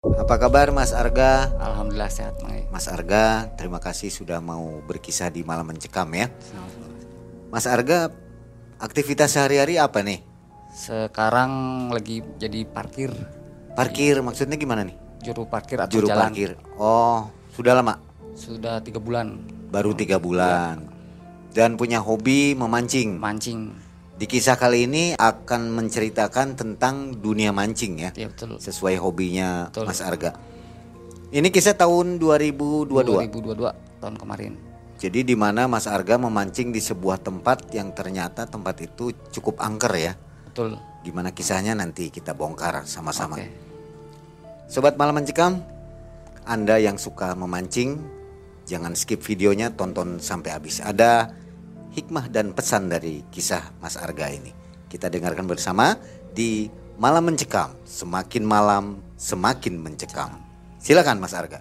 Apa kabar Mas Arga? Alhamdulillah sehat, Mang. Mas Arga, terima kasih sudah mau berkisah di Malam Mencekam ya. Mas Arga, aktivitas sehari-hari apa nih? Sekarang lagi jadi parkir. Parkir maksudnya gimana nih? Juru parkir atau Juru jalan. parkir. Oh, sudah lama? Sudah 3 bulan. Baru 3 bulan. Dan punya hobi memancing. Mancing. Di kisah kali ini akan menceritakan tentang dunia mancing ya. Ya betul. Sesuai hobinya Betul. Mas Arga. Ini kisah tahun 2022. 2022 tahun kemarin. Jadi di mana Mas Arga memancing di sebuah tempat yang ternyata tempat itu cukup angker ya. Betul. Gimana kisahnya nanti kita bongkar sama-sama. Oke. Sobat Malam Mencekam, Anda yang suka memancing, jangan skip videonya, tonton sampai habis. Ada hikmah dan pesan dari kisah Mas Arga ini. Kita dengarkan bersama di Malam Mencekam. Semakin malam, semakin mencekam. Silakan Mas Arga.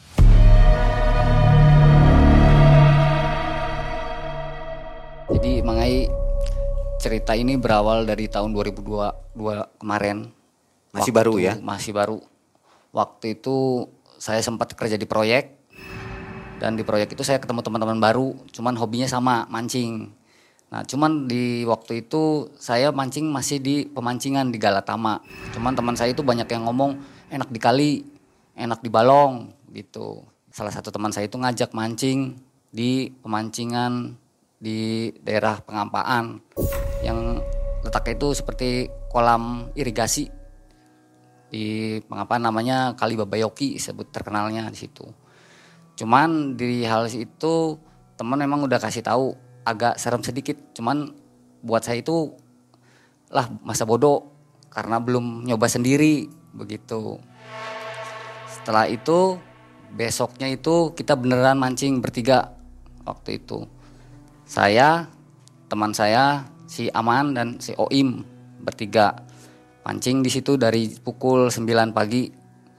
Jadi Mangai, cerita ini berawal dari tahun 2022 kemarin. Masih baru ya? Masih baru. Waktu itu saya sempat kerja di proyek. Dan di proyek itu saya ketemu teman-teman baru, cuman hobinya sama, mancing. Nah, cuman di waktu itu saya mancing masih di pemancingan di Galatama. Cuman teman saya itu banyak yang ngomong enak di kali, enak di balong gitu. Salah satu teman saya itu ngajak mancing di pemancingan di daerah Pengampaan yang letaknya itu seperti kolam irigasi. Di Pengampaan namanya Kali Babayoki, sebut terkenalnya di situ. Cuman di hal itu teman memang udah kasih tahu agak serem sedikit. Cuman buat saya itu lah masa bodoh karena belum nyoba sendiri begitu. Setelah itu besoknya itu kita beneran mancing bertiga waktu itu. Saya, teman saya, si Aman dan si Oim bertiga mancing di situ dari pukul 9 pagi.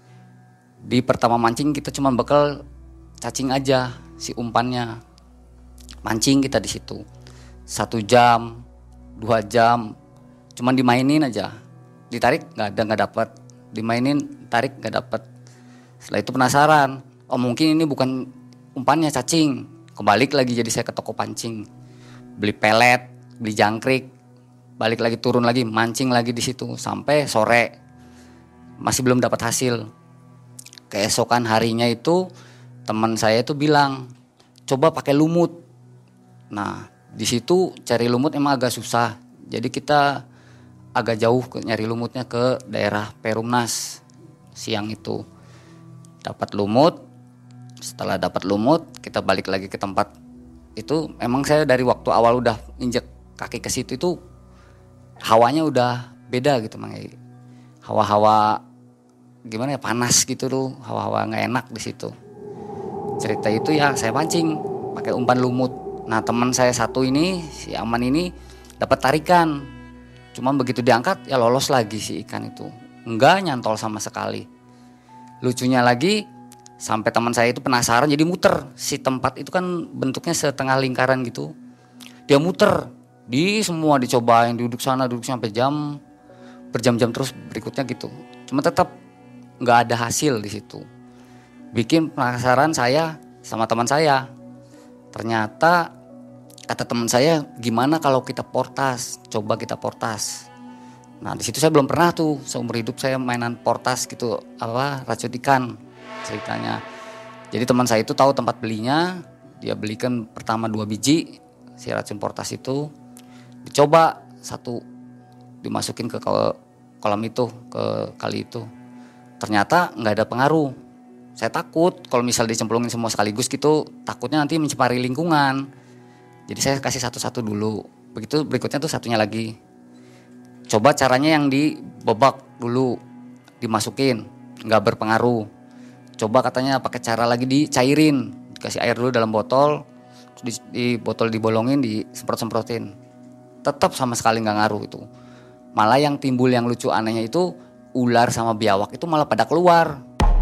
Di pertama mancing kita cuma bekal cacing aja, si umpannya. Mancing kita di situ 1 jam, 2 jam, cuman dimainin aja. Ditarik nggak dapat, dimainin tarik nggak dapat. Setelah itu penasaran, oh mungkin ini bukan umpannya, cacing. Kebalik lagi, jadi saya ke toko pancing, beli pelet, beli jangkrik, balik lagi turun lagi, mancing lagi di situ sampai sore, masih belum dapat hasil. Keesokan harinya itu teman saya itu bilang, coba pakai lumut. Nah, di situ cari lumut emang agak susah. Jadi kita agak jauh nyari lumutnya ke daerah Perumnas siang itu. Dapat lumut. Setelah dapat lumut, kita balik lagi ke tempat itu. Emang saya dari waktu awal udah injek kaki ke situ itu hawanya udah beda gitu, Mang. Hawa-hawa gimana ya, panas gitu loh, hawa-hawa nggak enak di situ. Cerita itu ya saya pancing pakai umpan lumut. Nah, teman saya satu ini, si Aman ini dapat tarikan. Cuman begitu diangkat ya lolos lagi si ikan itu. Enggak nyantol sama sekali. Lucunya lagi sampai teman saya itu penasaran jadi muter. Si tempat itu kan bentuknya setengah lingkaran gitu. Dia muter. Di semua dicobain, duduk sana duduk sampai jam berjam-jam terus berikutnya gitu. Cuma tetap enggak ada hasil di situ. Bikin penasaran saya sama teman saya. Ternyata kata teman saya, gimana kalau kita portas? Coba kita portas. Nah, di situ saya belum pernah tuh seumur hidup saya mainan portas gitu, racun ikan ceritanya. Jadi teman saya itu tahu tempat belinya, dia belikan pertama 2 biji si racun portas itu. Dicoba 1, dimasukin ke kolam itu, ke kali itu. Ternyata nggak ada pengaruh. Saya takut kalau misal dicemplungin semua sekaligus gitu, takutnya nanti mencemari lingkungan. Jadi saya kasih satu-satu dulu. Begitu berikutnya tuh satunya lagi. Coba caranya yang dibebak dulu, dimasukin, nggak berpengaruh. Coba katanya pakai cara lagi dicairin, dikasih air dulu dalam botol, di botol dibolongin, disemprot-semprotin. Tetap sama sekali nggak ngaruh itu. Malah yang timbul yang lucu anehnya itu ular sama biawak itu malah pada keluar.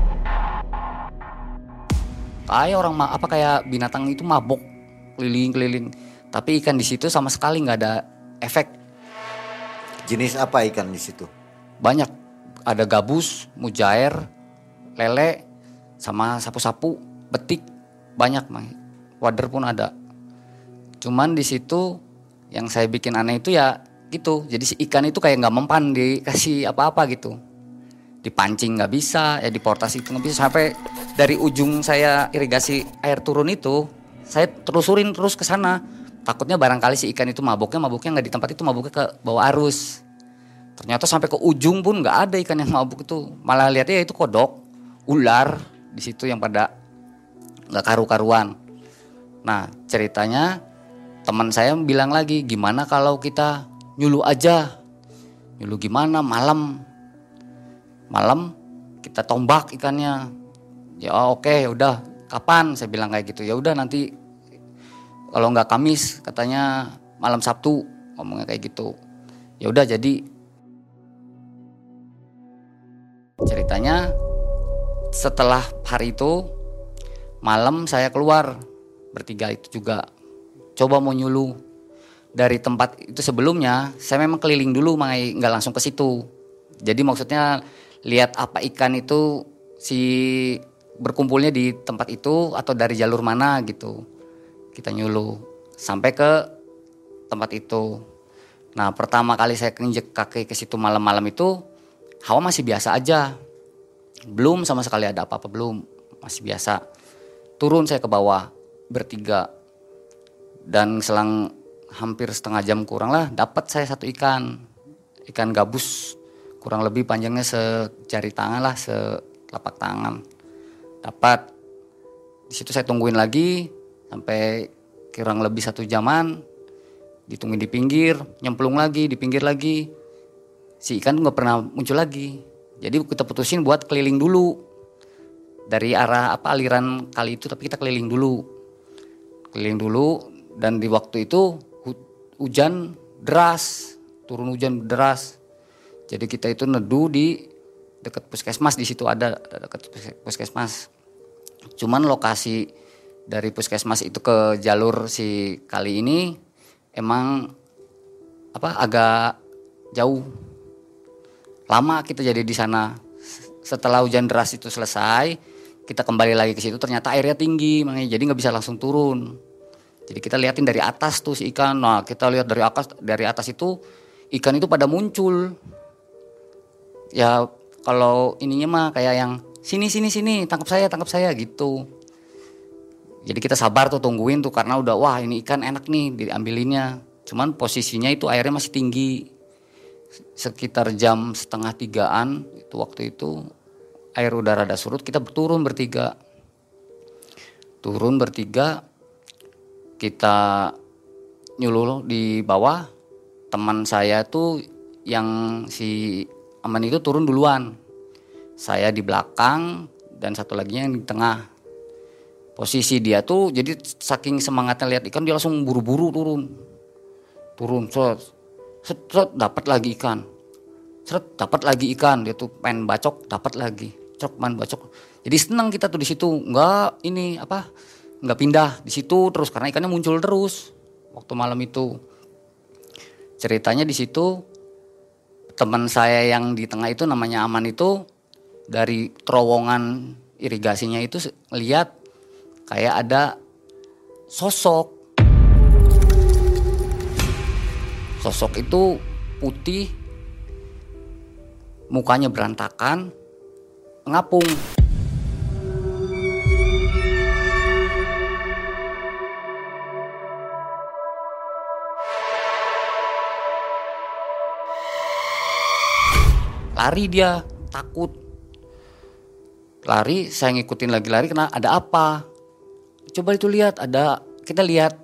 Kayak kayak binatang itu mabok keliling-keliling. Tapi ikan di situ sama sekali nggak ada efek. Jenis apa ikan di situ? Banyak, ada gabus, mujair, lele sama sapu-sapu, betik banyak mah. Wader pun ada. Cuman di situ yang saya bikin aneh itu ya gitu. Jadi si ikan itu kayak nggak mempan dikasih apa-apa gitu. Dipancing nggak bisa, ya diportasi itu nggak bisa. Sampai dari ujung saya irigasi air turun itu, saya terusurin terus ke sana. Takutnya barangkali si ikan itu mabuknya nggak di tempat itu, mabuknya ke bawah arus. Ternyata sampai ke ujung pun nggak ada ikan yang mabuk itu. Malah lihatnya itu kodok, ular di situ yang pada nggak karu-karuan. Nah ceritanya teman saya bilang lagi, gimana kalau kita nyuluh aja? Nyuluh gimana? Malam kita tombak ikannya. Ya oke, udah. Kapan? Saya bilang kayak gitu. Ya udah nanti kalau nggak Kamis, katanya malam Sabtu, ngomongnya kayak gitu. Ya udah jadi. Ceritanya setelah hari itu malam saya keluar bertiga itu juga coba mau nyuluh dari tempat itu. Sebelumnya saya memang keliling dulu, nggak langsung ke situ. Jadi maksudnya lihat apa ikan itu si berkumpulnya di tempat itu atau dari jalur mana gitu. Kita nyuluh sampai ke tempat itu. Nah pertama kali saya injek kaki ke situ malam-malam itu hawa masih biasa aja. Belum sama sekali ada apa-apa, belum. Masih biasa. Turun saya ke bawah bertiga. Dan selang hampir setengah jam kurang lah dapat saya satu ikan. Ikan gabus. Kurang lebih panjangnya sejari tangan lah, setelapak tangan. Dapat. Di situ saya tungguin lagi sampai kurang lebih 1 jaman. Ditungguin di pinggir, nyemplung lagi, di pinggir lagi. Si ikan tuh gak pernah muncul lagi. Jadi kita putusin buat keliling dulu. Dari arah aliran kali itu, tapi kita keliling dulu. Keliling dulu dan di waktu itu hujan deras, turun hujan deras. Jadi kita itu neduh di dekat puskesmas, di situ ada dekat puskesmas. Cuman lokasi dari puskesmas itu ke jalur si kali ini emang agak jauh. Lama kita jadi di sana. Setelah hujan deras itu selesai, kita kembali lagi ke situ. Ternyata airnya tinggi, makanya jadi nggak bisa langsung turun. Jadi kita liatin dari atas tuh si ikan. Nah kita lihat dari atas itu ikan itu pada muncul. Ya kalau ininya mah kayak yang sini tangkap saya gitu. Jadi kita sabar tuh tungguin tuh karena udah wah ini ikan enak nih diambilinnya. Cuman posisinya itu airnya masih tinggi. Sekitar jam 2:30-an itu waktu itu air udah rada surut, kita turun bertiga, kita nyuluh di bawah. Teman saya tuh yang si aman itu turun duluan, saya di belakang dan satu laginya yang di tengah. Posisi dia tuh jadi saking semangatnya lihat ikan dia langsung buru-buru turun seret dapat lagi ikan. Dia tuh main bacok dapat lagi. Main bacok. Jadi senang kita tuh di situ. Enggak pindah di situ terus karena ikannya muncul terus waktu malam itu. Ceritanya di situ teman saya yang di tengah itu namanya Aman itu dari terowongan irigasinya itu lihat kayak ada sosok. Sosok itu putih, mukanya berantakan, ngapung. Lari dia, takut. Lari, saya ngikutin lagi lari karena ada apa? Coba itu lihat, kita lihat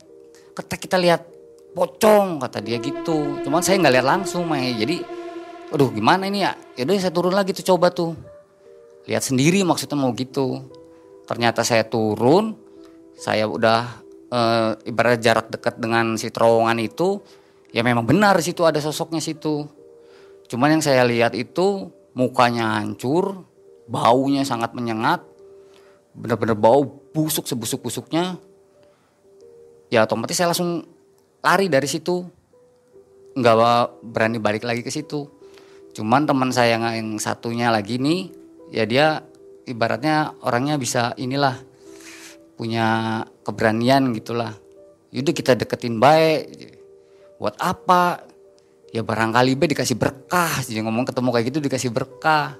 pocong kata dia gitu. Cuman saya nggak lihat langsung, jadi aduh gimana ini ya. Yaudah saya turun lagi tuh coba tuh. Lihat sendiri maksudnya mau gitu. Ternyata saya turun, saya udah ibarat jarak dekat dengan si terowongan itu, ya memang benar situ ada sosoknya situ. Cuman yang saya lihat itu mukanya hancur, baunya sangat menyengat, benar-benar bau busuk sebusuk-busuknya. Ya otomatis saya langsung lari dari situ, nggak berani balik lagi ke situ. Cuman teman saya yang satunya lagi nih, ya dia ibaratnya orangnya bisa inilah punya keberanian gitulah. Yaudah kita deketin baik. Buat apa? Ya barangkali be dikasih berkah. Jadi ngomong ketemu kayak gitu dikasih berkah.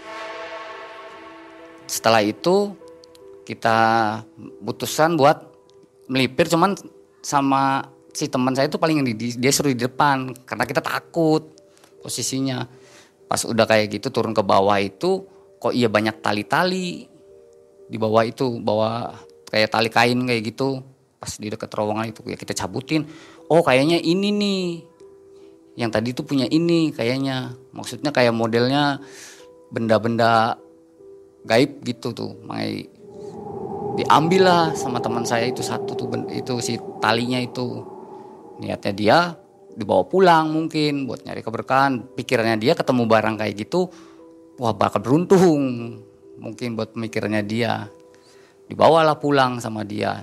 Setelah itu kita putuskan buat melipir, cuman sama si teman saya itu paling dia suruh di depan karena kita takut posisinya. Pas udah kayak gitu turun ke bawah itu kok iya banyak tali-tali di bawah itu, bawa kayak tali kain kayak gitu. Pas di dekat terowongan itu ya kita cabutin. Oh kayaknya ini nih yang tadi tuh punya ini kayaknya. Maksudnya kayak modelnya benda-benda gaib gitu tuh. Makanya diambil lah sama teman saya itu satu tuh itu si talinya itu. Niatnya dia dibawa pulang mungkin buat nyari keberkahan. Pikirannya dia ketemu barang kayak gitu, wah bakal beruntung. Mungkin buat pemikirannya dia. Dibawalah pulang sama dia.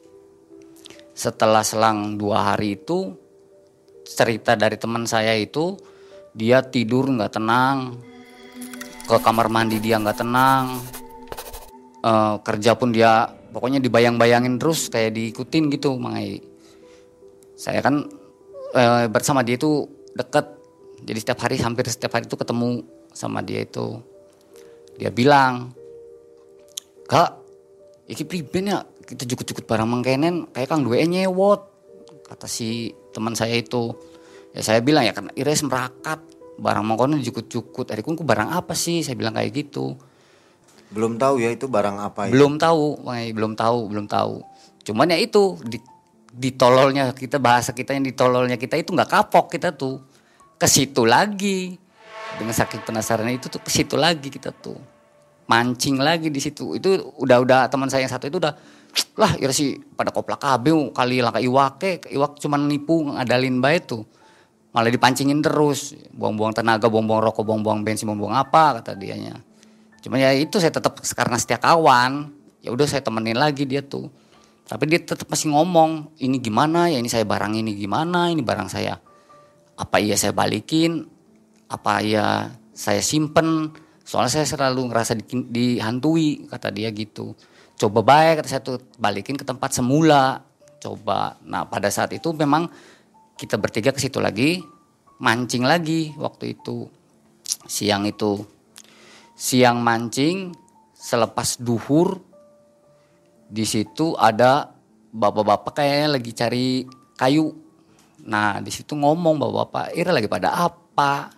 Setelah selang 2 hari itu, cerita dari teman saya itu, dia tidur gak tenang. Ke kamar mandi dia gak tenang. Kerja pun dia pokoknya dibayang-bayangin terus kayak diikutin gitu. Makanya saya kan bersama dia itu deket. Jadi hampir setiap hari itu ketemu sama dia itu. Dia bilang, "Kak, iki priben ya kita jukut-jukut barang mangkenen kayak kang duwe nyewot," kata si teman saya itu. Ya saya bilang ya karena ires merakat barang mangkono dijukut-jukut. Adikku barang apa sih? Saya bilang kayak gitu. Belum tahu ya itu barang apa ya? Belum tahu. Cuman ya itu ditololnya kita, bahasa kita yang ditololnya kita itu nggak kapok, kita tuh ke situ lagi dengan saking penasaran itu tuh ke situ lagi kita tuh mancing lagi di situ. Itu udah teman saya yang satu itu udah lah ira sih pada koplak kabeh kali langka iwak cuman nipu ngadalin bae tuh. Malah dipancingin terus, buang-buang tenaga, buang-buang rokok, buang-buang bensin, buang-buang apa kata dianya. Cuman ya itu saya tetap karena setia kawan, ya udah saya temenin lagi dia tuh. Tapi dia tetap masih ngomong, ini gimana ya, ini saya barang ini gimana, ini barang saya. Apa iya saya balikin, apa iya saya simpen, soalnya saya selalu ngerasa dihantui, kata dia gitu. Coba baik, kata saya tuh balikin ke tempat semula, coba. Nah pada saat itu memang kita bertiga ke situ lagi, mancing lagi waktu itu, siang itu. Siang mancing, selepas duhur di situ ada bapak-bapak kayaknya lagi cari kayu. Nah di situ ngomong bapak-bapak, Ira lagi pada apa?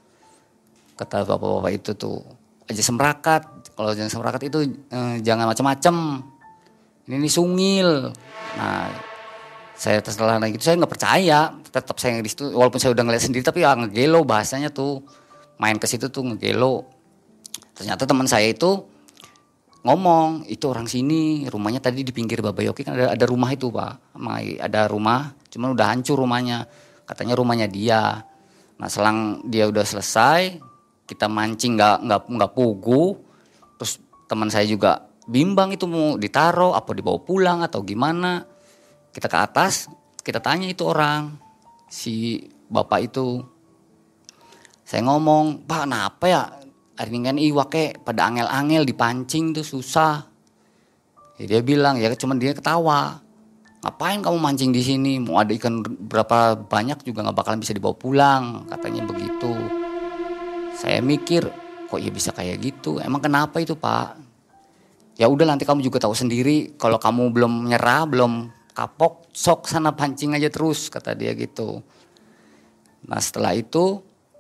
Kata bapak-bapak itu tuh, aja semrakat. Kalau jangan semrakat itu jangan macam-macam. Ini sungil. Nah saya setelah gitu saya nggak percaya, tetap saya di situ walaupun saya udah ngeliat sendiri tapi ya ngegelo bahasanya tuh, main ke situ tuh ngegelo. Ternyata teman saya itu ngomong, itu orang sini, rumahnya tadi di pinggir Babayoki kan ada rumah itu Pak. Ada rumah, cuman udah hancur rumahnya. Katanya rumahnya dia. Nah selang dia udah selesai, kita mancing nggak pugu. Terus teman saya juga bimbang itu mau ditaruh, apa dibawa pulang atau gimana. Kita ke atas, kita tanya itu orang, si bapak itu. Saya ngomong, Pak kenapa ya? Aringan iwake pada angel-angel dipancing tuh susah. Ya dia bilang ya cuman dia ketawa. Ngapain kamu mancing di sini? Mau ada ikan berapa banyak juga nggak bakalan bisa dibawa pulang, katanya begitu. Saya mikir kok ya bisa kayak gitu. Emang kenapa itu Pak? Ya udah nanti kamu juga tahu sendiri. Kalau kamu belum nyerah, belum kapok, sok sana pancing aja terus, kata dia gitu. Nah setelah itu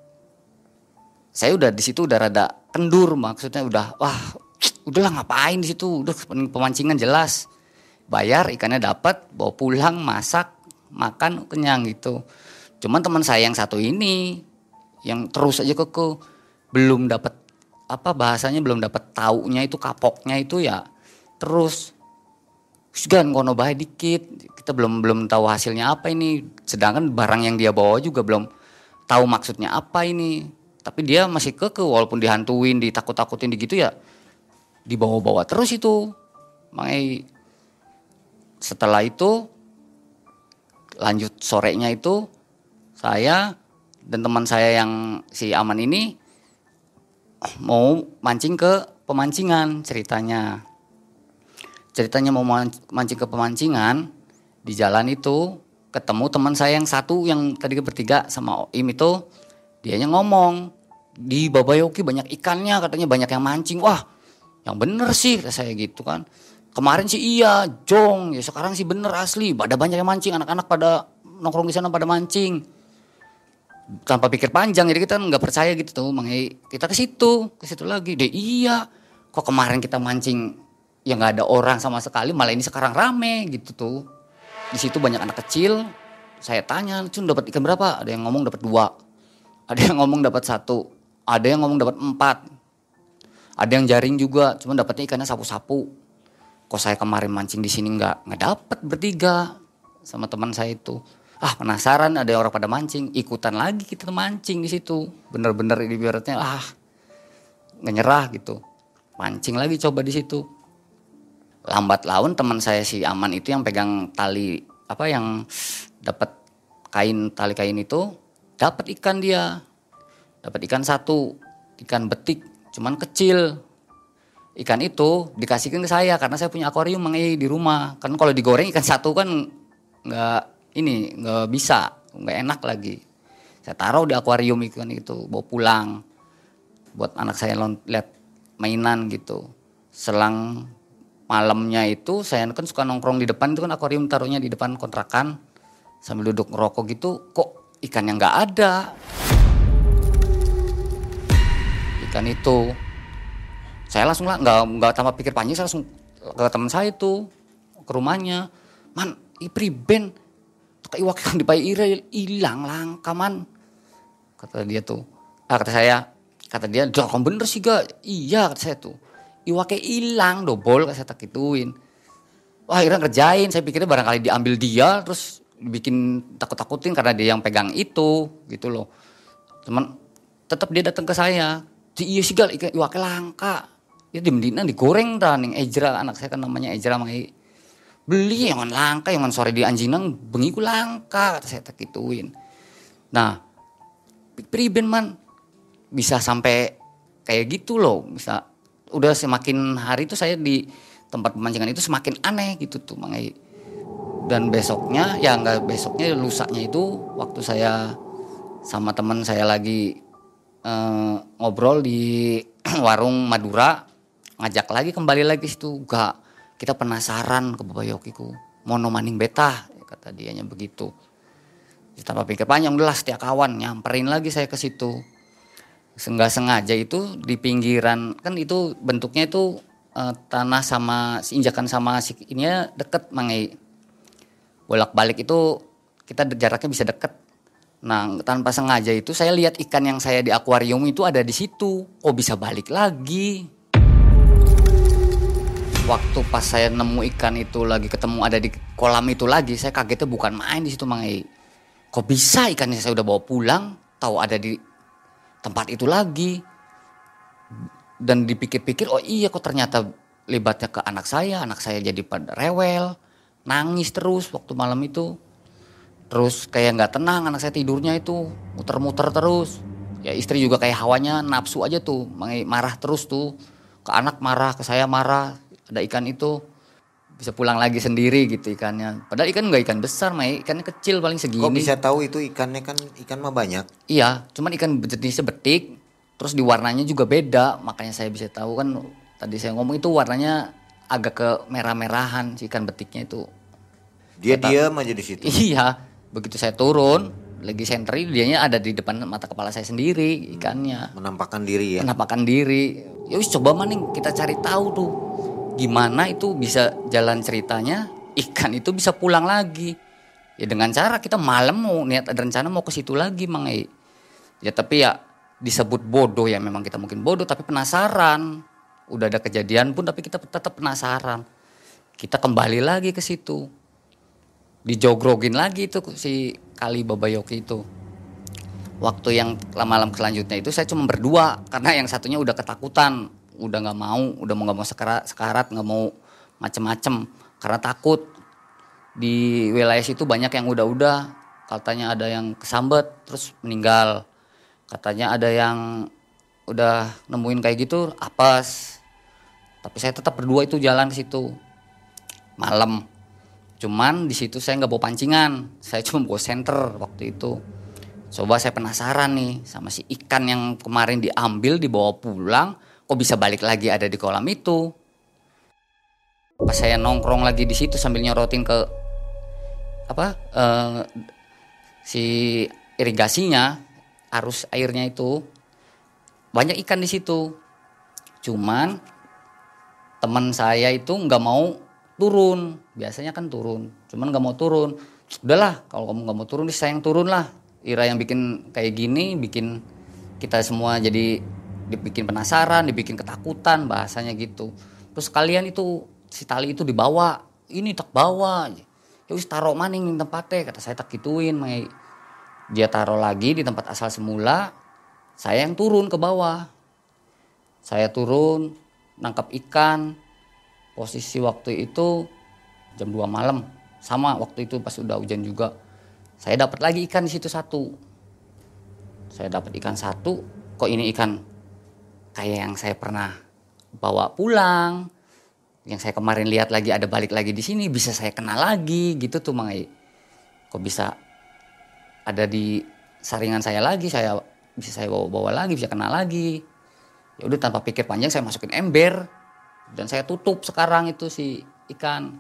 saya udah di situ udah rada kendur, maksudnya udahlah ngapain di situ, udah pemancingan jelas, bayar ikannya dapat, bawa pulang masak makan kenyang gitu. Cuman teman saya yang satu ini yang terus aja belum dapat bahasanya belum dapat taunya itu kapoknya itu ya terus segan kono bae dikit, kita belum tahu hasilnya apa ini, sedangkan barang yang dia bawa juga belum tahu maksudnya apa ini. Tapi dia masih walaupun dihantuin, ditakut-takutin gitu ya dibawa-bawa terus itu. Makanya setelah itu lanjut sorenya itu saya dan teman saya yang si Aman ini mau mancing ke pemancingan ceritanya. Ceritanya mau mancing ke pemancingan, di jalan itu ketemu teman saya yang satu yang tadi bertiga sama Oim itu, dianya ngomong, di Babayoki banyak ikannya, katanya banyak yang mancing. Wah, yang bener sih kata saya gitu kan. Kemarin sih iya, jong, ya sekarang sih bener asli, ada banyak yang mancing, anak-anak pada nongkrong di sana pada mancing. Tanpa pikir panjang, jadi kita nggak percaya gitu tuh, makanya kita ke situ lagi. Deh iya, kok kemarin kita mancing ya nggak ada orang sama sekali, malah ini sekarang rame gitu tuh. Di situ banyak anak kecil. Saya tanya, "Cun, dapat ikan berapa?" Ada yang ngomong dapat 2, ada yang ngomong dapat 1, ada yang ngomong dapat 4, ada yang jaring juga, cuma dapatnya ikannya sapu-sapu. Kok saya kemarin mancing di sini nggak dapat bertiga sama teman saya itu. Penasaran, ada orang pada mancing, ikutan lagi kita mancing di situ. Bener-bener ibaratnya nggak nyerah gitu. Mancing lagi coba di situ. Lambat laun teman saya si Aman itu yang pegang tali yang dapat tali kain itu, dapat ikan dia. Dapat ikan 1, ikan betik, cuman kecil. Ikan itu dikasihkan ke saya karena saya punya akuarium di rumah. Kan kalau digoreng ikan 1 kan nggak bisa, nggak enak lagi. Saya taruh di akuarium ikan itu, bawa pulang buat anak saya lihat mainan gitu. Selang malamnya itu saya kan suka nongkrong di depan, itu kan akuarium taruhnya di depan kontrakan, sambil duduk ngerokok gitu, kok ikannya nggak ada. Ikan itu saya langsung lah nggak tanpa pikir panjang, saya langsung ke teman saya itu, ke rumahnya. "Man, ipri ben tuh iwak yang di pai hilang langka man," kata dia tuh. Kata dia, "Dah kamu bener sih gak?" "Iya," kata saya tuh, "iwaknya hilang dobol," kata saya tak gituin. Wah, akhirnya ngerjain. Saya pikirnya barangkali diambil dia terus dibikin takut-takutin karena dia yang pegang itu gitu loh. Cuman tetap dia datang ke saya, "Iya sih gal iwaknya langka. Ya dimendina digoreng dah ning Ejra," anak saya kan namanya Ejra mangai. "Beli yang langka, yang sore di Anjinang bengi ku langka," kata saya tak gituin. Nah, priben man bisa sampai kayak gitu loh, bisa udah semakin hari itu saya di tempat pemancingan itu semakin aneh gitu tuh mangai. Dan lusanya itu waktu saya sama teman saya lagi ngobrol di warung Madura, ngajak lagi kembali lagi situ, "Gak, kita penasaran ke Babayoki ku, mono maning betah," kata dianya begitu. Tanpa pikir panjang, udahlah setia kawan, nyamperin lagi saya ke situ. Nggak sengaja itu di pinggiran, kan itu bentuknya itu tanah sama injakan sama ininya deket mangai. Bolak-balik itu kita jaraknya bisa deket. Nah, tanpa sengaja itu saya lihat ikan yang saya di akuarium itu ada di situ. Kok bisa balik lagi? Waktu pas saya nemu ikan itu lagi ketemu ada di kolam itu lagi, saya kagetnya bukan main di situ mangai. Kok bisa ikannya saya udah bawa pulang, tahu ada di tempat itu lagi. Dan dipikir-pikir, oh iya kok ternyata libatnya ke anak saya jadi pada rewel, nangis terus waktu malam itu. Terus kayak nggak tenang anak saya tidurnya itu, muter-muter terus. Ya istri juga kayak hawanya nafsu aja tuh, marah terus tuh. Ke anak marah, ke saya marah, ada ikan itu. Bisa pulang lagi sendiri gitu ikannya. Padahal ikan nggak ikan besar, ikannya kecil paling segini. Kok bisa tahu itu ikannya kan ikan mah banyak? Iya, cuman ikan jenisnya betik, terus di warnanya juga beda, makanya saya bisa tahu kan. Tadi saya ngomong itu warnanya agak ke merah-merahan si ikan betiknya itu. Dia diam aja di situ. Iya, begitu saya turun lagi sentri, dianya ada di depan mata kepala saya sendiri ikannya. Menampakkan diri ya. Menampakkan diri. Ya wis coba maning kita cari tahu tuh. Gimana itu bisa jalan ceritanya, ikan itu bisa pulang lagi. Ya dengan cara kita malam mau niat ada rencana mau ke situ lagi mangai. Ya tapi ya disebut bodoh ya, memang kita mungkin bodoh tapi penasaran. Udah ada kejadian pun tapi kita tetap penasaran. Kita kembali lagi ke situ. Dijogrogin lagi itu si kali Babayoki itu. Waktu yang malam selanjutnya itu saya cuma berdua karena yang satunya udah ketakutan. Udah nggak mau sekarat, nggak mau macem-macem karena takut. Di wilayah situ banyak yang udah katanya ada yang kesambet terus meninggal, katanya ada yang udah nemuin kayak gitu apes. Tapi saya tetap berdua itu jalan ke situ malam. Cuman di situ saya nggak bawa pancingan, saya cuma bawa senter waktu itu. Coba saya penasaran nih sama si ikan yang kemarin diambil dibawa pulang, kok bisa balik lagi ada di kolam itu. Pas saya nongkrong lagi di situ sambil nyorotin ke si irigasinya, arus airnya itu banyak ikan di situ. Cuman teman saya itu nggak mau turun, biasanya kan turun, cuman nggak mau turun. Udahlah, kalau kamu nggak mau turun, saya yang turun lah. Ira yang bikin kayak gini, bikin kita semua jadi dibikin penasaran, dibikin ketakutan, bahasanya gitu. Terus kalian itu si tali itu dibawa, ini tak bawa, ya wis taruh maning di tempatnya, kata saya tak gituin. Dia taruh lagi di tempat asal semula, saya yang turun ke bawah. Saya turun, nangkap ikan. Posisi waktu itu jam 2 malam. Sama waktu itu pas udah hujan juga. Saya dapat lagi ikan di situ satu. Saya dapat ikan satu, kok ini ikan kayak yang saya pernah bawa pulang. Yang saya kemarin lihat lagi ada balik lagi di sini, bisa saya kenal lagi gitu tuh Mang Ai. Kok bisa ada di saringan saya lagi, saya bawa lagi, bisa kenal lagi. Ya udah tanpa pikir panjang saya masukin ember dan saya tutup sekarang itu si ikan.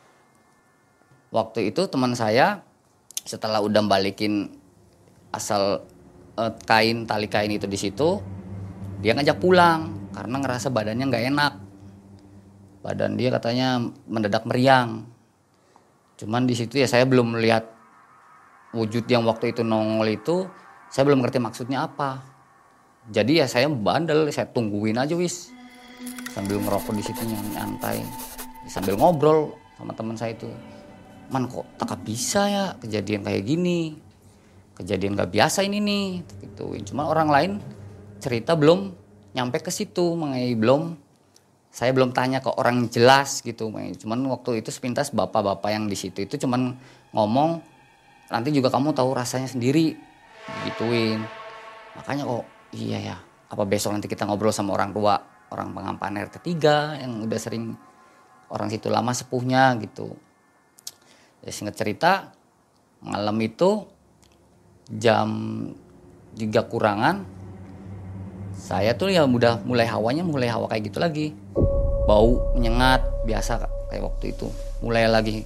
Waktu itu teman saya setelah udah balikin asal tali kain itu di situ, dia ngajak pulang karena ngerasa badannya nggak enak. Badan dia katanya mendadak meriang. Cuman di situ ya saya belum melihat wujud yang waktu itu nongol itu, saya belum ngerti maksudnya apa. Jadi ya saya bandel, saya tungguin aja wis. Sambil ngerokok di situ nyantai. Sambil ngobrol sama teman saya itu. Man kok tak bisa ya kejadian kayak gini. Kejadian gak biasa ini nih. Gituin. Cuma orang lain cerita belum nyampe ke situ. Saya belum tanya ke orang jelas gitu. Cuman waktu itu sepintas bapak-bapak yang di situ itu cuman ngomong, nanti juga kamu tahu rasanya sendiri. Gituin. Makanya kok iya ya. Apa besok nanti kita ngobrol sama orang tua, orang Pangampaner ketiga yang udah sering orang situ lama sepuhnya gitu. Ya singkat cerita, malam itu jam 3 kurangan, saya tuh ya udah mulai hawa kayak gitu lagi. Bau menyengat biasa kayak waktu itu. Mulai lagi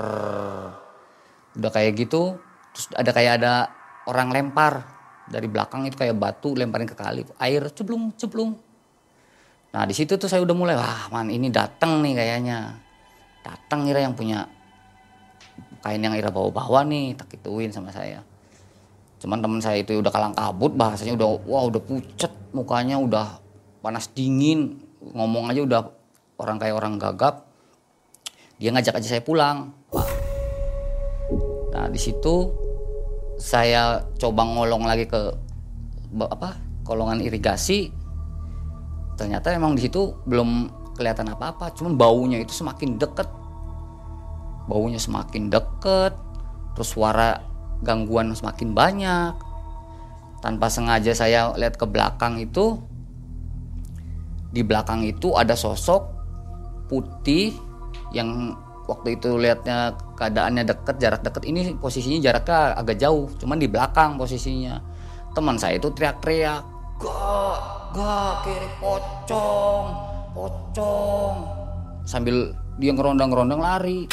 udah kayak gitu, terus ada orang lempar dari belakang itu kayak batu lemparin ke kali, air ceblung. Nah di situ tuh saya udah mulai, wah man ini datang nih kayaknya. Datang Ira yang punya kain yang Ira bawa nih, tak gituin sama saya. Cuman teman saya itu udah kalang kabut, bahasanya udah pucet, mukanya udah panas dingin, ngomong aja udah orang kayak orang gagap. Dia ngajak aja saya pulang. Nah di situ saya coba ngolong lagi ke kolongan irigasi. Ternyata emang di situ belum kelihatan apa-apa, cuman baunya itu semakin deket. Terus suara gangguan semakin banyak. Tanpa sengaja saya lihat ke belakang itu, di belakang itu ada sosok putih yang waktu itu lihatnya keadaannya jarak deket. Ini posisinya jaraknya agak jauh, cuman di belakang posisinya. Teman saya itu teriak-teriak, gak kiri pocong, sambil dia ngerondang lari.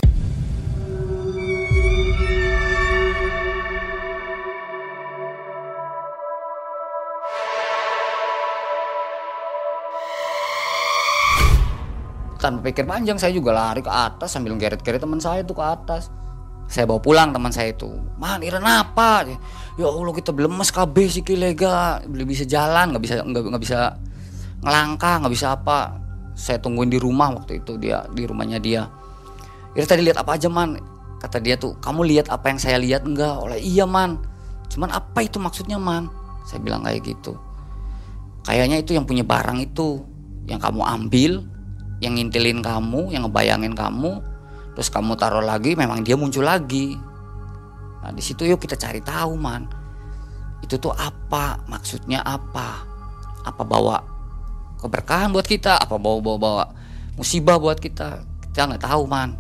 Tanpa pikir panjang saya juga lari ke atas sambil geret-geret teman saya itu ke atas. Saya bawa pulang teman saya itu. Man, Ira apa? Ya Allah kita blemes kabeh siki lega, belum bisa jalan, nggak bisa ngelangkah, nggak bisa apa. Saya tungguin di rumah waktu itu, dia di rumahnya dia. Ira tadi lihat apa aja man? Kata dia tuh, kamu lihat apa yang saya lihat enggak? Oleh iya man. Cuman apa itu maksudnya man? Saya bilang kayak gitu. Kayaknya itu yang punya barang itu, yang kamu ambil, yang ngintilin kamu, yang ngebayangin kamu, terus kamu taruh lagi, memang dia muncul lagi. Nah di situ yuk kita cari tahu man, itu tuh apa, maksudnya apa bawa keberkahan buat kita, apa bawa musibah buat kita nggak tahu man.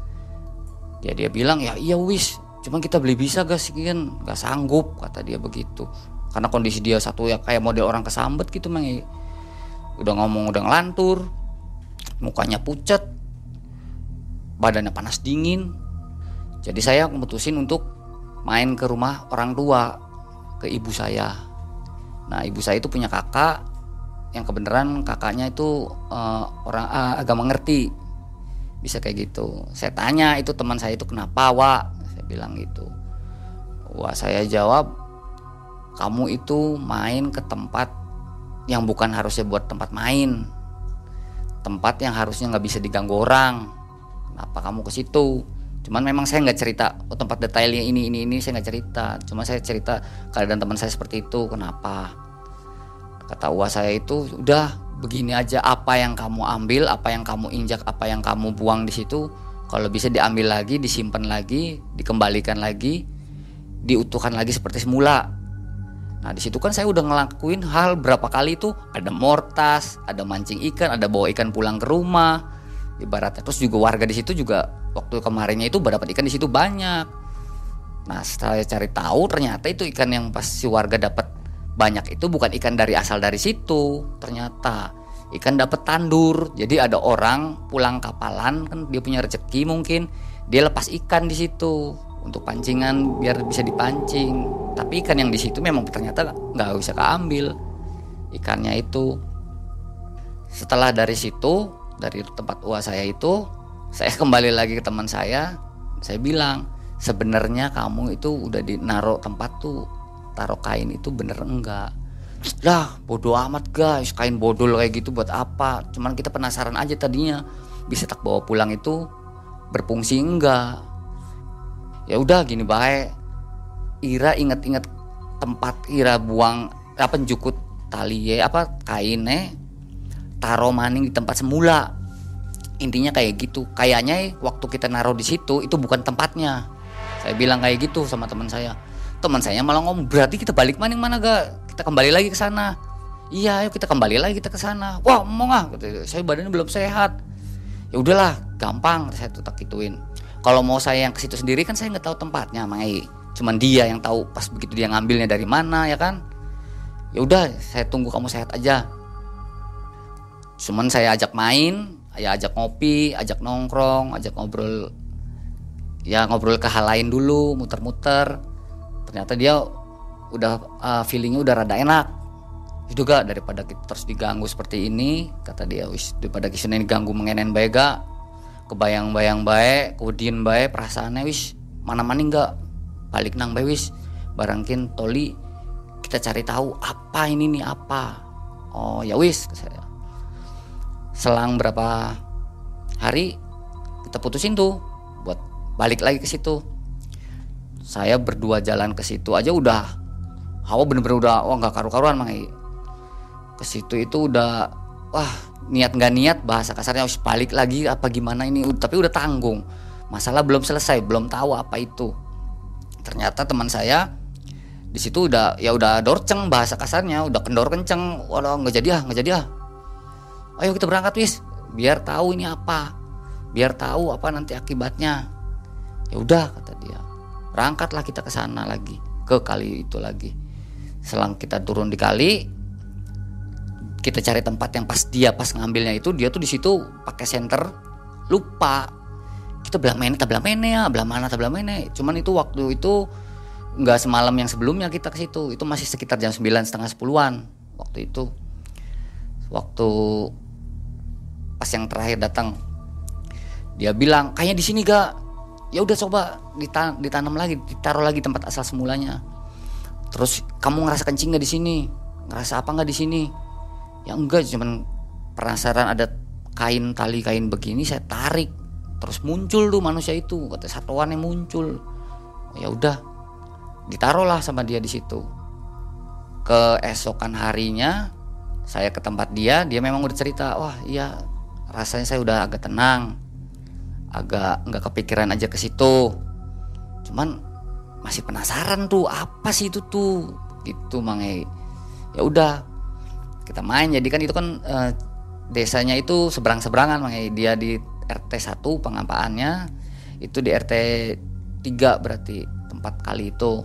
Ya dia bilang ya iya wis, cuman kita beli bisa gak sih kan, nggak sanggup kata dia begitu. Karena kondisi dia satu ya kayak model orang kesambet gitu mang. Udah ngomong udah ngelantur, mukanya pucat, badannya panas dingin. Jadi saya memutusin untuk main ke rumah orang tua, ke ibu saya. Nah ibu saya itu punya kakak yang kebenaran kakaknya itu orang agak mengerti, bisa kayak gitu. Saya tanya itu teman saya itu kenapa Wak, saya bilang gitu. Wah saya jawab, kamu itu main ke tempat yang bukan harusnya buat tempat main, tempat yang harusnya nggak bisa diganggu orang. Kenapa kamu ke situ? Cuman memang saya nggak cerita tempat detailnya ini saya nggak cerita. Cuma saya cerita keadaan teman saya seperti itu. Kenapa? Kata uang saya itu udah begini aja, apa yang kamu ambil, apa yang kamu injak, apa yang kamu buang di situ, kalau bisa diambil lagi, disimpan lagi, dikembalikan lagi, diutuhkan lagi seperti semula. Nah di situ kan saya udah ngelakuin hal berapa kali tuh, ada mortas, ada mancing ikan, ada bawa ikan pulang ke rumah, ibaratnya. Terus juga warga di situ juga waktu kemarinnya itu dapat ikan di situ banyak. Nah setelah saya cari tahu ternyata itu ikan yang pas si warga dapat banyak itu bukan ikan asal dari situ, ternyata ikan dapat tandur. Jadi ada orang pulang kapalan kan dia punya rezeki mungkin, dia lepas ikan di situ untuk pancingan biar bisa dipancing. Tapi ikan yang di situ memang ternyata nggak bisa keambil ikannya itu. Setelah dari situ, dari tempat uang saya itu, saya kembali lagi ke teman saya bilang sebenarnya kamu itu udah dinaruh tempat tuh, taruh kain itu bener enggak? Lah bodoh amat guys, kain bodol kayak gitu buat apa? Cuman kita penasaran aja tadinya, bisa tak bawa pulang itu berfungsi enggak? Ya udah gini baik, Ira inget-inget tempat Ira buang apa jukut tali apa kainnya, taruh maning di tempat semula. Intinya kayak gitu. Kayaknya waktu kita naruh di situ itu bukan tempatnya. Saya bilang kayak gitu sama teman saya. Teman saya malah ngomong, berarti kita balik maning mana gak? Kita kembali lagi ke sana. Iya, ayo kita kembali lagi kita ke sana. Wah, mau nggak? Saya badannya belum sehat. Ya udahlah, gampang saya tak gituin. Kalau mau saya yang ke situ sendiri kan saya nggak tahu tempatnya, Mai. Cuman dia yang tahu pas begitu dia ngambilnya dari mana ya kan. Ya udah, saya tunggu kamu sehat aja. Cuman saya ajak main, ya ajak ngopi, ajak nongkrong, ajak ngobrol. Ya ngobrol ke hal lain dulu, muter-muter. Ternyata dia udah feelingnya udah rada enak. Itu gak daripada kita terus diganggu seperti ini, kata dia, wis daripada kisahnya diganggu mengenen bae gak, kebayang-bayang bae, kemudian bae perasaannya wis mana-mana gak balik nang bae wis barangkin toli kita cari tahu apa ini nih apa. Oh ya wis, saya. Selang berapa hari kita putusin tuh buat balik lagi ke situ. Saya berdua jalan ke situ aja udah hawa bener-bener udah nggak karu-karuan Mang. Ke situ itu udah niat nggak niat bahasa kasarnya harus balik lagi apa gimana ini, tapi udah tanggung. Masalah belum selesai, belum tahu apa itu. Ternyata teman saya di situ udah dorceng bahasa kasarnya, udah kendor kenceng. Waduh nggak jadi ah. Ayo kita berangkat wis, biar tahu ini apa, biar tahu apa nanti akibatnya. Ya udah kata dia. Berangkatlah kita ke sana lagi, ke kali itu lagi. Selang kita turun di kali, kita cari tempat yang pas ngambilnya itu, dia tuh di situ pakai senter, lupa. Kita belah mene ya, belah mana. Cuman itu waktu itu nggak semalam yang sebelumnya kita ke situ, itu masih sekitar jam 9:30 10-an waktu itu. Waktu pas yang terakhir datang, dia bilang kayaknya di sini gak. Ya udah coba ditanam lagi, ditaruh lagi tempat asal semulanya. Terus kamu ngerasa kencing nggak di sini? Ngerasa apa nggak di sini? Ya enggak, cuman penasaran ada tali kain begini, saya tarik. Terus muncul tuh manusia itu, kata satuannya muncul. Ya udah, ditaruhlah sama dia di situ. Keesokan harinya saya ke tempat dia memang udah cerita, wah iya rasanya saya udah agak tenang. Agak nggak kepikiran aja ke situ, cuman masih penasaran tuh apa sih itu tuh gitu Mang. Ya udah Kita main, jadi kan itu kan desanya itu seberang-seberangan, makanya dia di RT 1 pengampaannya, itu di RT 3 berarti tempat kali itu.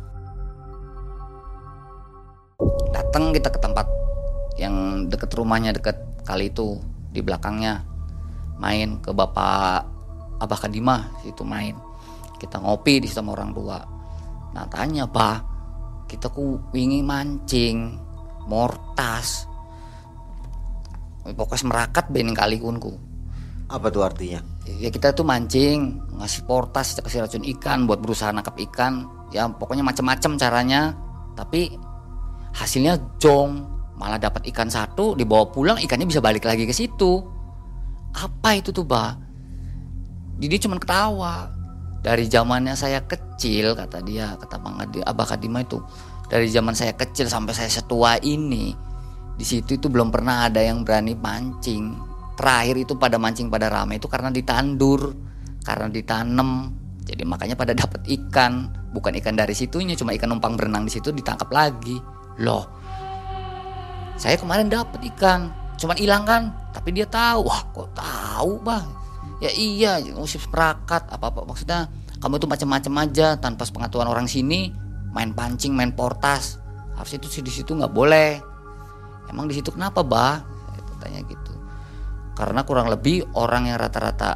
Datang kita ke tempat yang deket rumahnya, deket kali itu, di belakangnya main ke Bapak Abah Kadimah situ main. Kita ngopi di situ sama orang tua. Nah tanya, "Bah, kita ku wingi mancing mortas. Pokoknya merakat bening kali kunku." Apa tuh artinya? Ya kita tuh mancing, ngasih portas, kasih racun ikan buat berusaha nangkap ikan. Ya pokoknya macam-macam caranya. Tapi hasilnya jong, malah dapat ikan satu, dibawa pulang ikannya bisa balik lagi ke situ. Apa itu tuh, Bah? Dia cuma ketawa. Dari zamannya saya kecil, kata dia, kata Abah Kadima itu, dari zaman saya kecil sampai saya setua ini, di situ itu belum pernah ada yang berani mancing. Terakhir itu pada mancing pada rame itu karena ditandur, karena ditanam. Jadi makanya pada dapat ikan, bukan ikan dari situnya, cuma ikan numpang berenang di situ ditangkap lagi. Loh, saya kemarin dapat ikan, cuman hilang kan? Tapi dia tahu. Wah, kok tahu, Bah? Ya iya, musik perakat apa maksudnya kamu tuh macam-macam aja tanpa sepengetahuan orang sini, main pancing, main portas. Harus itu sih di situ nggak boleh. Emang di situ kenapa, Bah? Saya tanya gitu. Karena kurang lebih orang yang rata-rata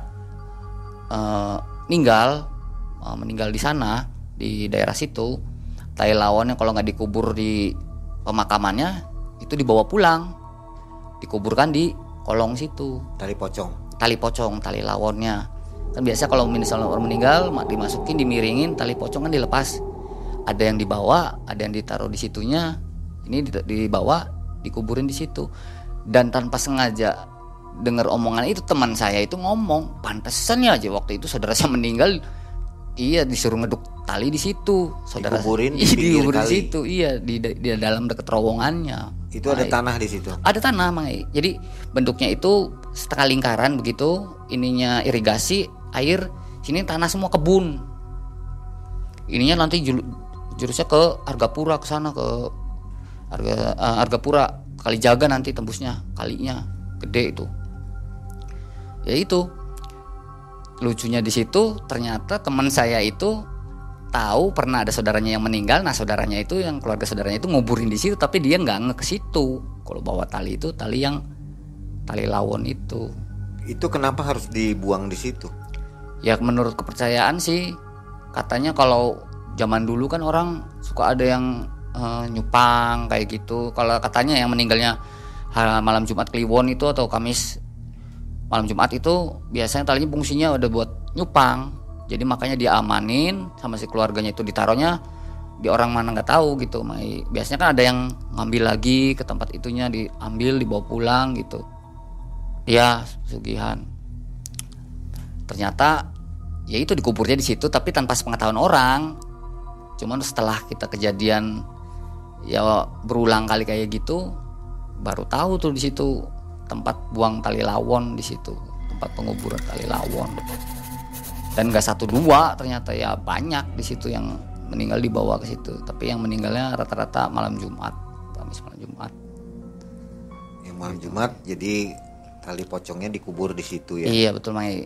meninggal di sana, di daerah situ, tai lawannya kalau nggak dikubur di pemakamannya itu dibawa pulang, dikuburkan di kolong situ. Tali pocong, tali lawonnya. Kan biasa kalau misalnya orang meninggal dimasukin, dimiringin, tali pocong kan dilepas. Ada yang dibawa, ada yang ditaruh di situnya. Ini dibawa, dikuburin di situ. Dan tanpa sengaja dengar omongan itu, teman saya itu ngomong, pantesan ya aja waktu itu saudara saya meninggal, iya disuruh ngeduk tali di situ. Saudara dikuburin di situ, iya di dalam dekat terowongannya. Itu ada tanah di situ. Ada tanah, Mai. Jadi bentuknya itu setengah lingkaran begitu, ininya irigasi, air, sini tanah semua kebun. Ininya nanti jurusnya ke Argapura, ke sana ke Argapura, Kalijaga nanti tembusnya, kalinya gede itu. Ya itu. Lucunya di situ ternyata teman saya itu tahu pernah ada saudaranya yang meninggal. Nah saudaranya itu, yang keluarga saudaranya itu nguburin di situ, tapi dia nggak ke situ. Kalau bawa tali itu tali lawon itu. Itu kenapa harus dibuang di situ? Ya menurut kepercayaan sih, katanya kalau zaman dulu kan orang suka ada yang nyupang kayak gitu. Kalau katanya yang meninggalnya malam Jumat Kliwon itu atau Kamis malam Jumat itu biasanya talinya fungsinya udah buat nyupang. Jadi makanya diamanin sama si keluarganya itu, ditaruhnya di orang mana nggak tahu gitu. Biasanya kan ada yang ngambil lagi ke tempat itunya, diambil dibawa pulang gitu. Ya sugihan. Ternyata ya itu dikuburnya di situ tapi tanpa sepengetahuan orang. Cuman setelah kita kejadian ya berulang kali kayak gitu, baru tahu tuh di situ tempat buang tali lawon di situ, tempat penguburan tali lawon. Dan gak 1-2 ternyata, ya banyak di situ yang meninggal dibawa ke situ. Tapi yang meninggalnya rata-rata malam Jumat, Kamis malam Jumat. Yang malam Jumat jadi tali pocongnya dikubur di situ ya. Iya betul, Mai.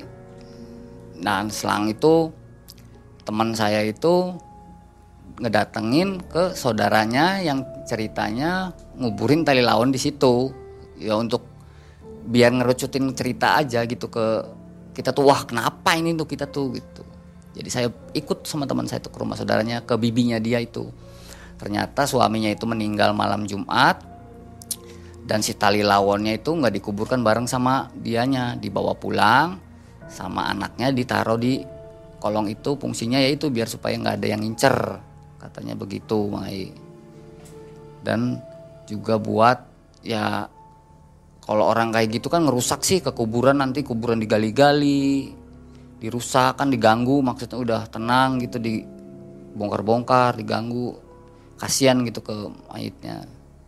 Nah selang itu teman saya itu ngedatengin ke saudaranya yang ceritanya nguburin tali lawon di situ. Ya untuk biar ngerucutin cerita aja gitu ke kita tuh, wah kenapa ini tuh kita tuh gitu. Jadi saya ikut sama teman saya tuh ke rumah saudaranya, ke bibinya dia itu. Ternyata suaminya itu meninggal malam Jumat, dan si tali lawonnya itu nggak dikuburkan bareng sama dianya, dibawa pulang sama anaknya, ditaruh di kolong itu. Fungsinya yaitu biar supaya nggak ada yang ngincer, katanya begitu, Mai. Dan juga buat ya kalau orang kayak gitu kan ngerusak sih ke kuburan, nanti kuburan digali-gali, dirusak kan, diganggu, maksudnya udah tenang gitu dibongkar-bongkar, diganggu, kasihan gitu ke mayitnya.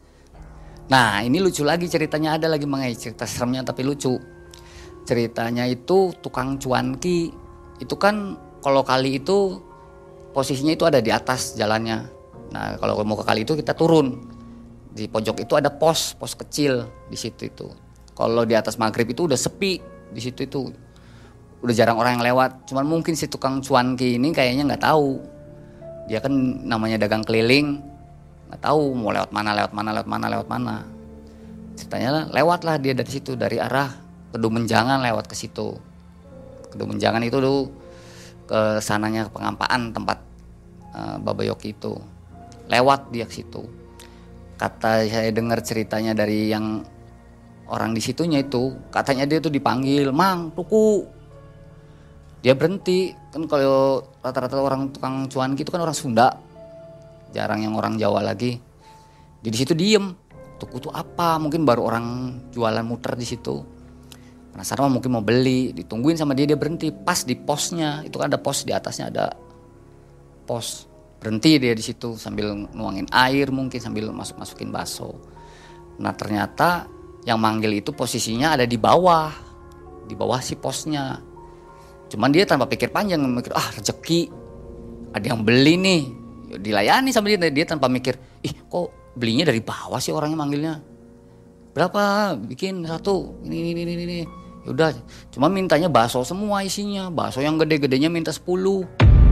Nah ini lucu lagi ceritanya, ada lagi Mangai, cerita seremnya tapi lucu. Ceritanya itu tukang cuanki itu kan, kalau kali itu posisinya itu ada di atas jalannya. Nah kalau mau ke kali itu kita turun. Di pojok itu ada pos kecil di situ itu. Kalau di atas maghrib itu udah sepi di situ itu. Udah jarang orang yang lewat. Cuman mungkin si tukang cuanki ini kayaknya nggak tahu. Dia kan namanya dagang keliling, nggak tahu mau lewat mana. Ceritanya lewatlah dia dari situ, dari arah Kedung Menjangan lewat ke situ. Kedung Menjangan itu dulu ke sananya Pengampaan tempat Baba Yoki itu. Lewat dia ke situ. Kata saya dengar ceritanya dari yang orang di situnya itu, katanya dia tuh dipanggil, "Mang, tuku." Dia berhenti. Kan kalau rata-rata orang tukang cuanki itu kan orang Sunda. Jarang yang orang Jawa lagi. Dia di situ diem. Tuku tuh apa? Mungkin baru orang jualan muter di situ. Penasaran mungkin mau beli, ditungguin sama dia berhenti pas di posnya. Itu kan ada pos, di atasnya ada pos. Berhenti dia di situ sambil nuangin air, mungkin sambil masukin bakso. Nah, ternyata yang manggil itu posisinya ada di bawah si posnya. Cuman dia tanpa pikir panjang, mikir rezeki, ada yang beli nih, dilayani sama dia tanpa mikir, kok belinya dari bawah sih orangnya manggilnya. Berapa? Bikin 1, ini. Yaudah, cuma mintanya bakso semua isinya, bakso yang gede-gedenya minta 10.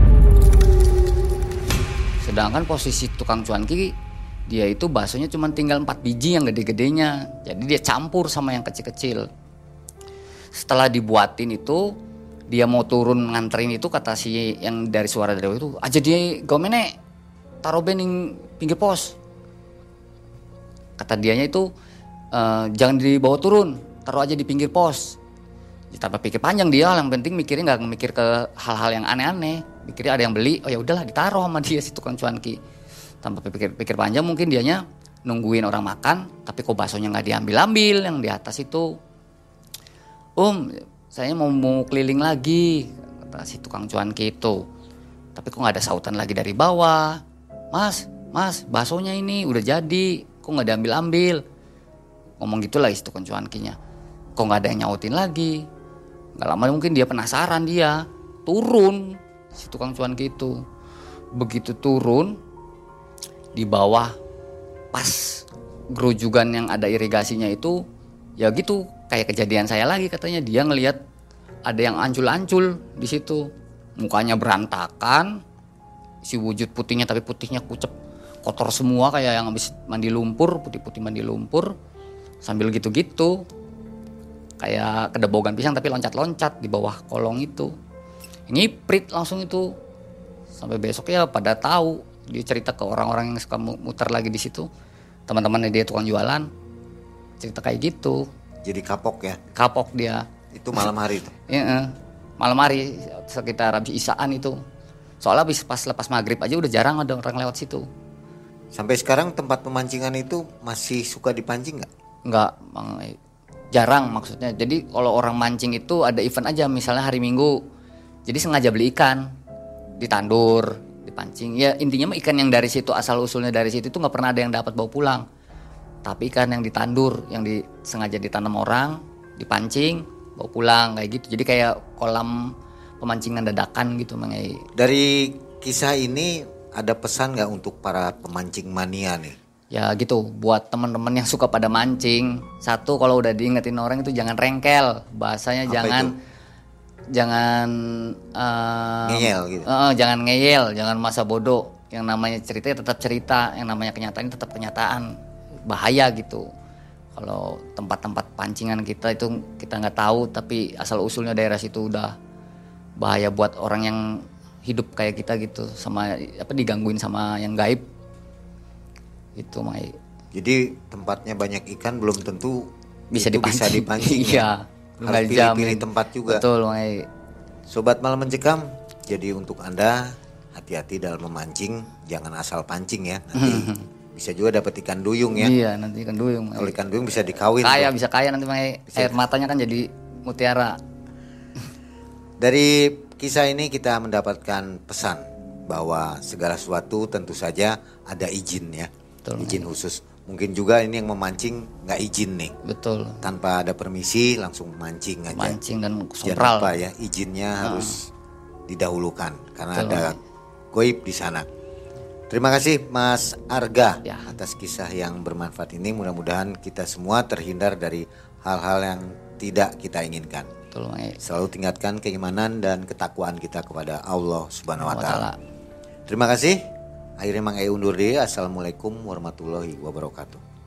Sedangkan posisi tukang cuanki, dia itu baksonya cuma tinggal 4 biji yang gede-gedenya. Jadi dia campur sama yang kecil-kecil. Setelah dibuatin itu, dia mau turun nganterin itu, kata si yang dari suara dari itu, aja dia gomene taruh bening pinggir pos. Kata dianya itu, jangan dibawa turun, taruh aja di pinggir pos. Tanpa pikir panjang dia, yang penting mikirnya nggak mikir ke hal-hal yang aneh-aneh. Mikirnya ada yang beli, oh ya udahlah ditaruh sama dia si tukang cuanki. Tanpa pikir panjang, mungkin dianya nungguin orang makan, tapi kok baksonya nggak diambil yang di atas itu. Saya mau keliling lagi, kata si tukang cuanki itu. Tapi kok nggak ada sautan lagi dari bawah. Mas, baksonya ini udah jadi, kok nggak diambil. Ngomong gitulah si tukang cuankinya. Kok nggak ada yang nyautin lagi. Nggak lama mungkin dia penasaran, dia turun si tukang cuanki itu. Begitu turun di bawah pas gerojugan yang ada irigasinya itu, ya gitu kayak kejadian saya lagi, katanya dia ngelihat ada yang ancul-ancul di situ, mukanya berantakan, si wujud putihnya, tapi putihnya kucep, kotor semua kayak yang habis mandi lumpur, putih-putih mandi lumpur, sambil gitu-gitu kayak kedebogan pisang tapi loncat-loncat di bawah kolong itu. Ngiprit langsung itu. Sampai besok ya pada tahu, dia cerita ke orang-orang yang suka muter lagi di situ, teman-temannya dia tukang jualan, cerita kayak gitu. Jadi kapok ya? Kapok dia. Itu malam hari itu? Iya, malam hari sekitar habis isaan itu. Soalnya pas lepas maghrib aja udah jarang ada orang lewat situ. Sampai sekarang tempat pemancingan itu masih suka dipancing nggak? Nggak, jarang maksudnya. Jadi kalau orang mancing itu ada event aja, misalnya hari Minggu. Jadi sengaja beli ikan, ditandur, dipancing. Ya intinya mah ikan yang dari situ, asal usulnya dari situ itu nggak pernah ada yang dapat bawa pulang. Tapi ikan yang ditandur, yang sengaja ditanam orang, dipancing, bawa pulang kayak gitu. Jadi kayak kolam pemancingan dadakan gitu, Mangai. Dari kisah ini ada pesan nggak untuk para pemancing mania nih? Ya gitu, buat teman-teman yang suka pada mancing. Satu, kalau udah diingetin orang itu jangan rengkel. Bahasanya jangan ngeyel gitu. Jangan ngeyel, jangan masa bodoh. Yang namanya cerita ya tetap cerita, yang namanya kenyataan tetap kenyataan. Bahaya gitu. Kalau tempat-tempat pancingan kita itu kita nggak tahu, tapi asal usulnya daerah situ udah bahaya buat orang yang hidup kayak kita gitu, sama digangguin sama yang gaib. Itu Mai. Jadi tempatnya banyak ikan belum tentu bisa dipancing. Iya. Harus pilih-pilih tempat juga. Betul Mai. Sobat Malam Mencekam, jadi untuk Anda hati-hati dalam memancing, jangan asal pancing ya. Nanti bisa juga dapat ikan duyung ya. Iya, nanti ikan duyung. Kalau ikan duyung bisa dikawin. Bisa kaya nanti Mai. Air matanya kan jadi mutiara. Dari kisah ini kita mendapatkan pesan bahwa segala sesuatu tentu saja ada izin ya. Betul, izin khusus. Mungkin juga ini yang memancing nggak izin nih. Betul. Tanpa ada permisi langsung mancing aja. Mancing dan sompral. Jangan lupa ya, izinnya harus didahulukan karena betul, ada goib di sana. Terima kasih Mas Arga Ya. atas kisah yang bermanfaat ini. Mudah-mudahan kita semua terhindar dari hal-hal yang tidak kita inginkan. Betul, Mang E. Selalu tingkatkan keimanan dan ketakwaan kita kepada Allah Subhanahu wa taala. Wa Terima kasih. Akhirnya Mang E undur diri. Assalamualaikum warahmatullahi wabarakatuh.